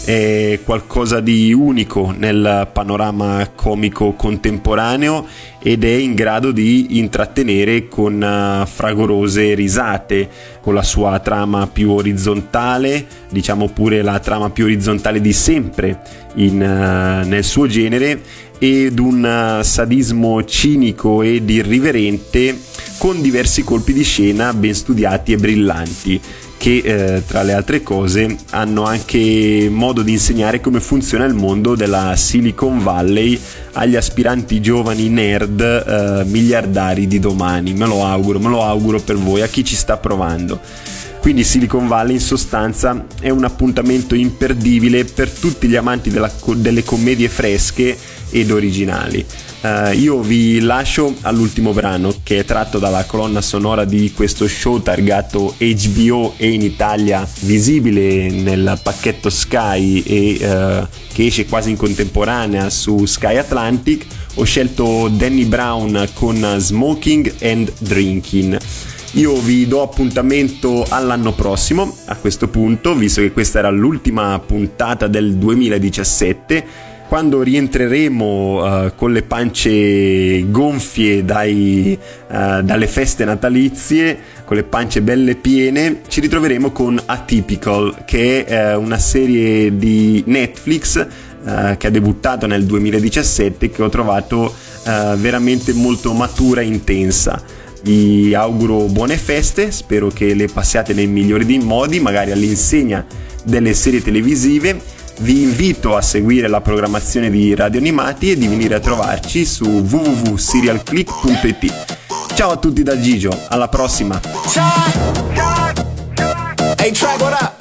Speaker 2: È qualcosa di unico nel panorama comico contemporaneo ed è in grado di intrattenere con uh, fragorose risate, con la sua trama più orizzontale, diciamo pure la trama più orizzontale di sempre in, uh, nel suo genere, ed un uh, sadismo cinico ed irriverente, con diversi colpi di scena ben studiati e brillanti, che eh, tra le altre cose hanno anche modo di insegnare come funziona il mondo della Silicon Valley agli aspiranti giovani nerd eh, miliardari di domani. Me lo auguro, me lo auguro per voi, a chi ci sta provando. Quindi Silicon Valley in sostanza è un appuntamento imperdibile per tutti gli amanti della, delle commedie fresche ed originali. Uh, io vi lascio all'ultimo brano, che è tratto dalla colonna sonora di questo show targato H B O e in Italia visibile nel pacchetto Sky e uh, che esce quasi in contemporanea su Sky Atlantic. Ho scelto Danny Brown con Smoking and Drinking. Io vi do appuntamento all'anno prossimo a questo punto, visto che questa era l'ultima puntata del duemiladiciassette. quando rientreremo uh, con le pance gonfie dai, uh, dalle feste natalizie, con le pance belle piene, ci ritroveremo con Atypical, che è uh, una serie di Netflix uh, che ha debuttato nel duemiladiciassette, che ho trovato uh, veramente molto matura e intensa. Vi auguro buone feste, spero che le passiate nei migliori dei modi, magari all'insegna delle serie televisive. Vi invito a seguire la programmazione di Radio Animati e di venire a trovarci su w w w punto serial click punto i t. Ciao a tutti da Gigio, alla prossima!
Speaker 4: Hey, track, what up?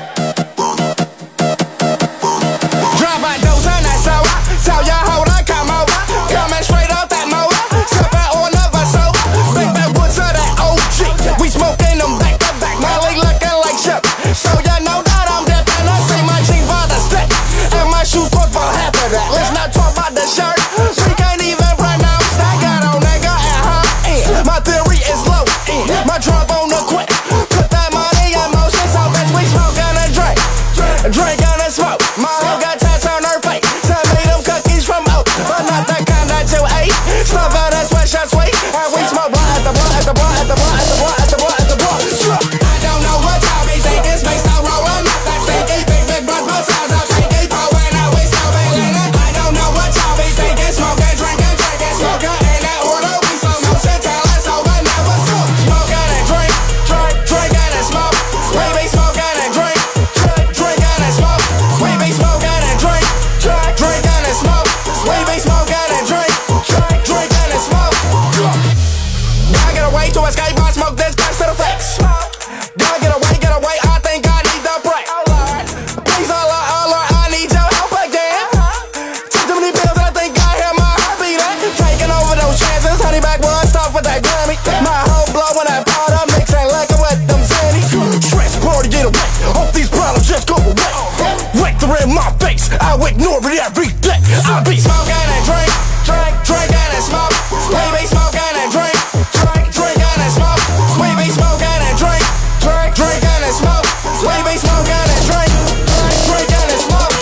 Speaker 4: I be smoking and drink, drink, drinking and smoke. We be smoking and drink, drink, drinking and smoke. We be smoking and drink, drink, drinking and smoke. We be smoking and drink, drink, drinking and smoke.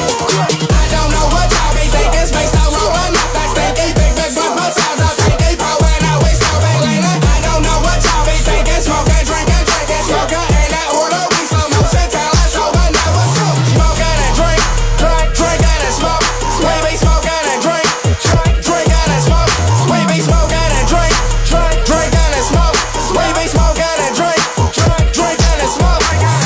Speaker 4: I don't know what y'all be thinking, space out rolling up that stinky big big big big sounds of stinky pouring out we smoking leaning. I don't know what y'all be thinking, smoking, drinking, drinking, smoking in that order. We slow motion, tell us over, never stop. Smoking and drink, drink, drinking and smoke. We be smoking and drink, drink, drinking and smoke. We be smoking and drink, drink, drinking and smoke. We be smoking and drink, drink, drinking and smoke.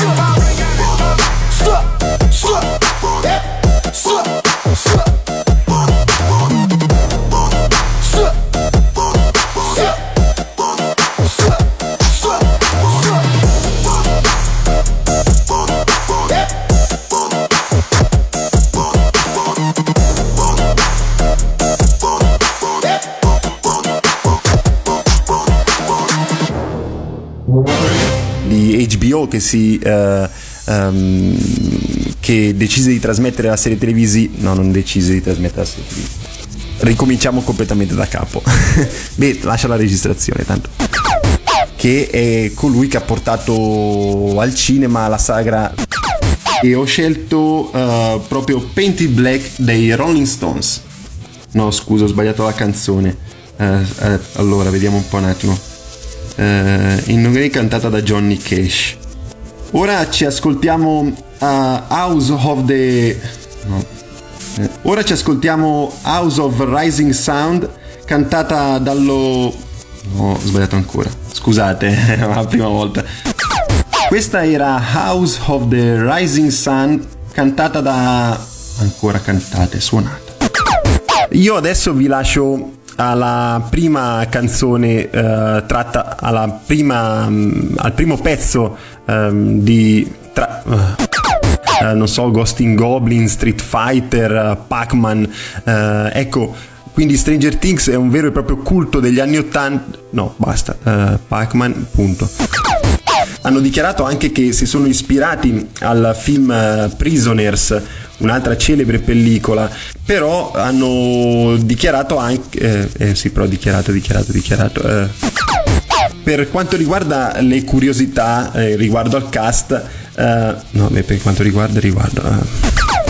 Speaker 4: Stop, stop, stop, stop, stop.
Speaker 2: Di H B O che si uh, um, che decise di trasmettere la serie televisiva. No, non decise di trasmettere la serie televisiva. Ricominciamo completamente da capo. Beh, lascia la registrazione tanto. Che è colui che ha portato al cinema la sagra. E ho scelto uh, proprio Painted Black dei Rolling Stones. No, scusa, ho sbagliato la canzone. Uh, uh, allora, vediamo un po' un attimo. Uh, in inglese cantata da Johnny Cash. Ora ci ascoltiamo uh, House of the no. eh, Ora ci ascoltiamo House of Rising Sound cantata dallo no, ho sbagliato ancora, scusate, la prima volta. Questa era House of the Rising Sun cantata da ancora cantate, suonata. Io adesso vi lascio alla prima canzone uh, tratta alla prima um, al primo pezzo um, di tra, uh, uh, non so, Ghosting Goblin, Street Fighter, uh, Pac-Man, uh, ecco, quindi Stranger Things è un vero e proprio culto degli anni ottanta. No, basta, uh, Pac-Man, punto. Hanno dichiarato anche che si sono ispirati al film uh, Prisoners, un'altra celebre pellicola, però hanno dichiarato anche eh, eh sì però dichiarato dichiarato dichiarato eh. Per quanto riguarda le curiosità eh, riguardo al cast eh, no beh, per quanto riguarda riguardo eh.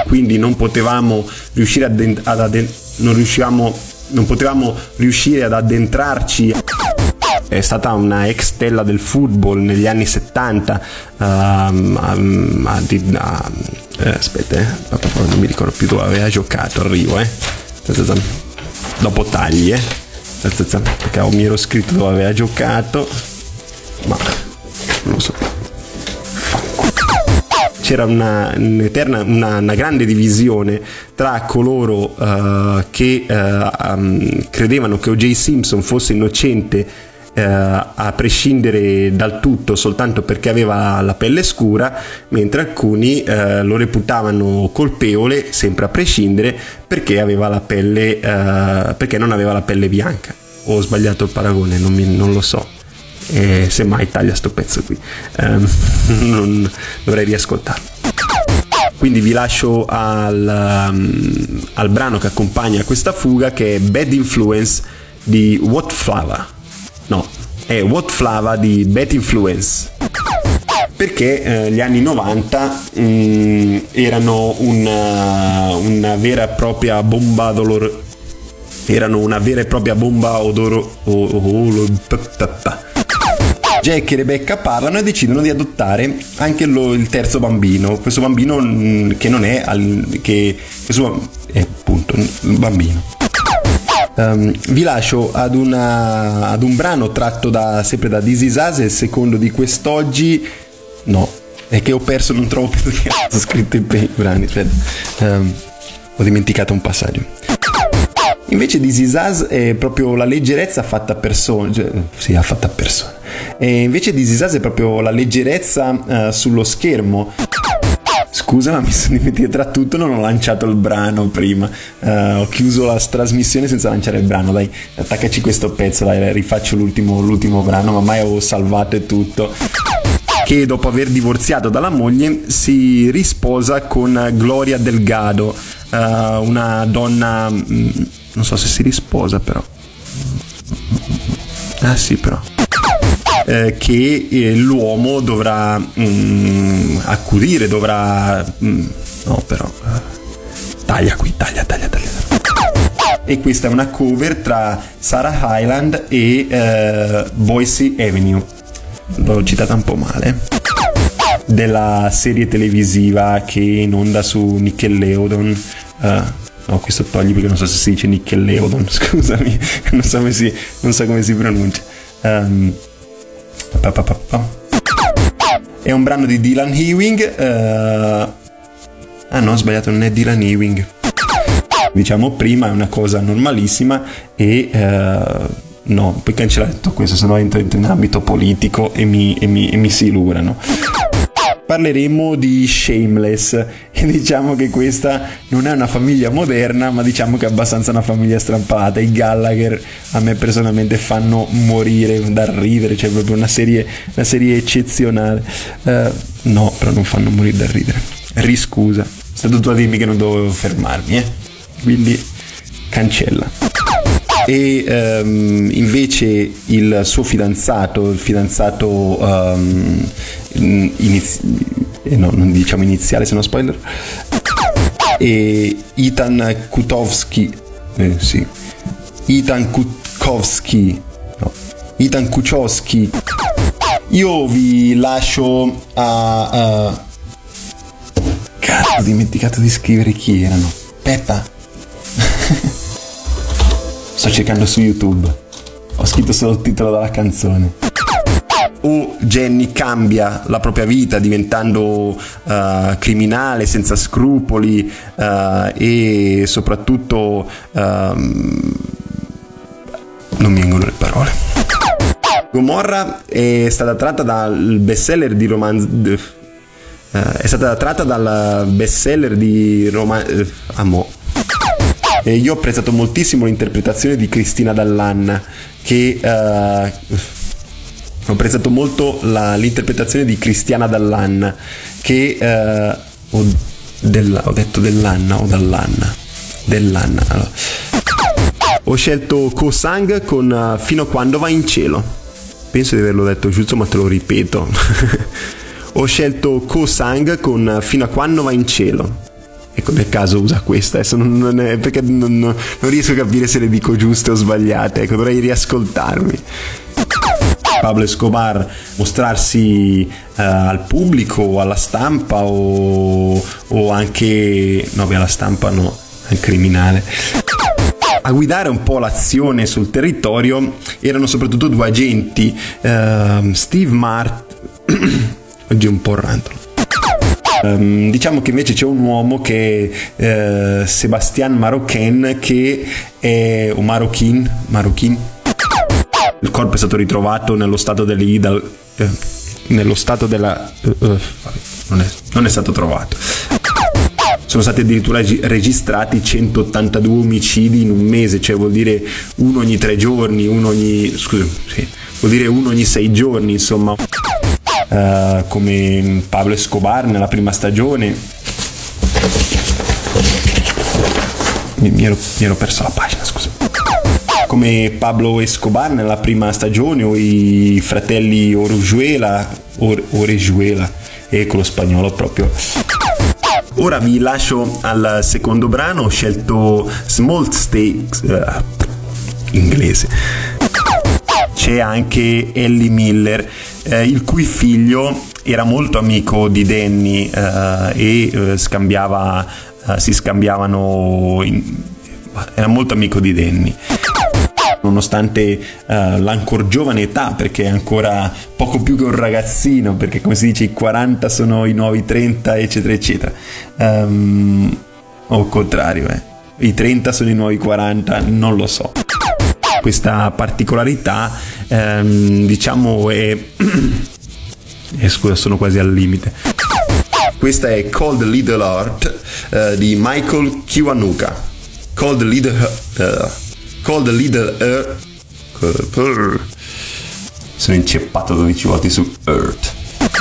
Speaker 2: quindi non potevamo riuscire ad, ad, ad non riuscivamo non potevamo riuscire ad addentrarci. È stata una ex stella del football negli anni settanta. Uh, um, a, a, uh, aspetta, eh, non mi ricordo più dove aveva giocato. Arrivo, eh. Dopo tagli, eh. Perché mi ero scritto dove aveva giocato, ma non lo so. C'era una, un'eterna, una, una grande divisione tra coloro uh, che uh, um, credevano che O J Simpson fosse innocente uh, a prescindere dal tutto soltanto perché aveva la pelle scura, mentre alcuni uh, lo reputavano colpevole sempre a prescindere perché aveva la pelle uh, perché non aveva la pelle bianca. Ho sbagliato il paragone, non, mi, non lo so. E semmai taglia sto pezzo qui, um, non, dovrei riascoltarlo. Quindi vi lascio al, um, al brano che accompagna questa fuga, che è Bad Influence di What Flava. No, è What Flava di Bad Influence. Perché eh, gli anni novanta mh, erano una, una vera e propria bomba dolor erano una vera e propria bomba odoro oh, oh, oh, Jack e Rebecca parlano e decidono di adottare anche lo, il terzo bambino. Questo bambino mh, che non è al, che questo è appunto un bambino. Um, vi lascio ad, una, ad un brano tratto da, sempre da This Is Us, il secondo di quest'oggi. No, è che ho perso, non trovo più che ho scritto i brani. Um, ho dimenticato un passaggio. Invece This Is Us è proprio la leggerezza fatta a persona, cioè, sì, ha fatta a persona. E invece This Is Us è proprio la leggerezza uh, sullo schermo. Scusa, ma mi sono dimenticato, tra tutto non ho lanciato il brano prima. Uh, ho chiuso la trasmissione senza lanciare il brano. Dai, attaccaci questo pezzo, dai, rifaccio l'ultimo, l'ultimo brano, ma ormai avevo salvato e tutto. Che dopo aver divorziato dalla moglie si risposa con Gloria Delgado, uh, una donna, mh, non so se si risposa però, ah sì però, eh, che eh, l'uomo dovrà mh, accudire, dovrà, mh, no però, uh, taglia qui, taglia, taglia, taglia. E questa è una cover tra Sarah Hyland e uh, Boise Avenue. L'ho citata un po' male, della serie televisiva che è in onda su Nickelodeon. Uh, no, questo togli perché non so se si dice Nickelodeon, scusami, non so come si, non so come si pronuncia. Um, pa, pa, pa, pa. È un brano di Dylan Ewing. Uh, ah no, ho sbagliato, non è Dylan Ewing. Diciamo prima è una cosa normalissima e... Uh, no, puoi cancellare tutto questo, sennò entro in ambito politico e mi, e mi, e mi si illuminano. Parleremo di Shameless e diciamo che questa non è una famiglia moderna, ma diciamo che è abbastanza una famiglia strampata. I Gallagher a me personalmente fanno morire da ridere, cioè proprio una serie, una serie eccezionale. Uh, no, però non fanno morire da ridere. Riscusa, è stato tu a dirmi che non dovevo fermarmi, eh? Quindi cancella. E um, invece il suo fidanzato, il fidanzato um, inizi- eh no, non diciamo iniziale se no spoiler, e Ethan Kutowski, eh, sì, Ethan Kutkowski, no, Ethan Kuchowski. Io vi lascio a, uh... cazzo, ho dimenticato di scrivere chi erano. Aspetta. Sto cercando su YouTube. Ho scritto solo il titolo della canzone. O Jenny cambia la propria vita diventando uh, criminale, senza scrupoli uh, e soprattutto uh, non mi vengono le parole. Gomorra è stata tratta dal bestseller di romanzo. Uh, è stata tratta dal bestseller di romanzo. Uh, amo. E io ho apprezzato moltissimo l'interpretazione di Cristina Dallanna, che uh, ho apprezzato molto la, l'interpretazione di Cristiana Dallanna, che uh, ho, della, ho detto dell'Anna o Dallanna dell'Anna allora. Ho scelto Ko Sang con uh, Fino a quando va in cielo. Penso di averlo detto giusto, ma te lo ripeto. Ho scelto Ko Sang con uh, Fino a quando va in cielo. ecco, nel caso usa questa, adesso non, non è, perché non, non riesco a capire se le dico giuste o sbagliate, ecco, dovrei riascoltarmi. Pablo Escobar mostrarsi uh, al pubblico o alla stampa o, o anche no beh alla stampa no, è un criminale, a guidare un po' l'azione sul territorio erano soprattutto due agenti, uh, Steve Mart oggi è un po' rantolo. Um, diciamo che invece c'è un uomo che è uh, Sebastián Marroquín, che è un Marroquín Marroquín il corpo è stato ritrovato nello stato dell'Idal, eh, nello stato della uh, uh, non, è, non è stato trovato. Sono stati addirittura registrati centottantadue omicidi in un mese, cioè vuol dire uno ogni tre giorni, uno ogni scusa, sì, vuol dire uno ogni sei giorni, insomma. Uh, come Pablo Escobar nella prima stagione. Mi, mi, ero, mi ero perso la pagina, scusa. Come Pablo Escobar nella prima stagione, o i fratelli Orejuela, Or, Orejuela, ecco lo spagnolo proprio. Ora vi lascio al secondo brano, ho scelto Small Stakes, uh, inglese. C'è anche Ellie Miller, eh, il cui figlio era molto amico di Danny eh, e eh, scambiava, eh, si scambiavano, in, era molto amico di Danny. Nonostante eh, l'ancor giovane età, perché è ancora poco più che un ragazzino, perché come si dice i quaranta sono i nuovi trenta, eccetera eccetera, um, o al contrario, eh. i trenta sono i nuovi quaranta, non lo so. Questa particolarità ehm, diciamo è eh, scusa, sono quasi al limite. Questa è Cold Little Heart eh, di Michael Kiwanuka. Cold Little uh, Cold Little Earth. Sono inceppato dodici volte su Earth.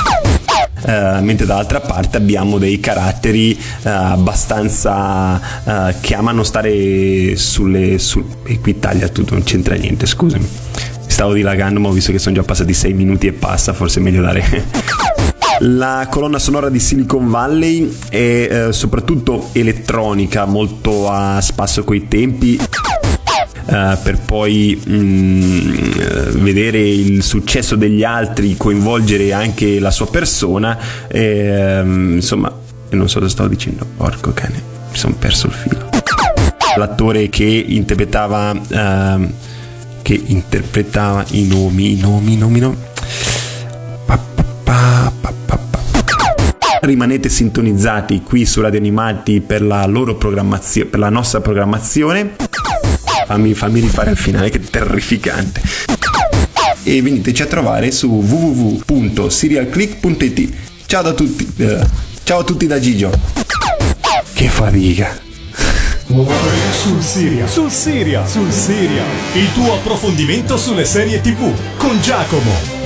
Speaker 2: Uh, mentre dall'altra parte abbiamo dei caratteri uh, abbastanza uh, che amano stare sulle su... e qui taglia tutto, non c'entra niente, scusami, stavo dilagando, ma ho visto che sono già passati sei minuti e passa, forse è meglio dare. La colonna sonora di Silicon Valley è uh, soprattutto elettronica, molto a spasso coi tempi. Uh, per poi mm, vedere il successo degli altri, coinvolgere anche la sua persona, e, um, insomma, non so cosa stavo dicendo, porco cane, mi sono perso il filo. L'attore che interpretava uh, che interpretava i nomi, i nomi, i nomi, no. Pa, pa, pa, pa, pa, pa. Rimanete sintonizzati qui su Radio Animati per la loro programmazione, per la nostra programmazione. Fammi, fammi rifare il finale, che è terrificante. E veniteci a trovare su w w w punto serial click punto i t. Ciao da tutti. Uh, ciao a tutti da Gigio. Che fatica.
Speaker 1: Sul Serial, sul Serial, sul Serial. Il tuo approfondimento sulle serie tivù con Giacomo.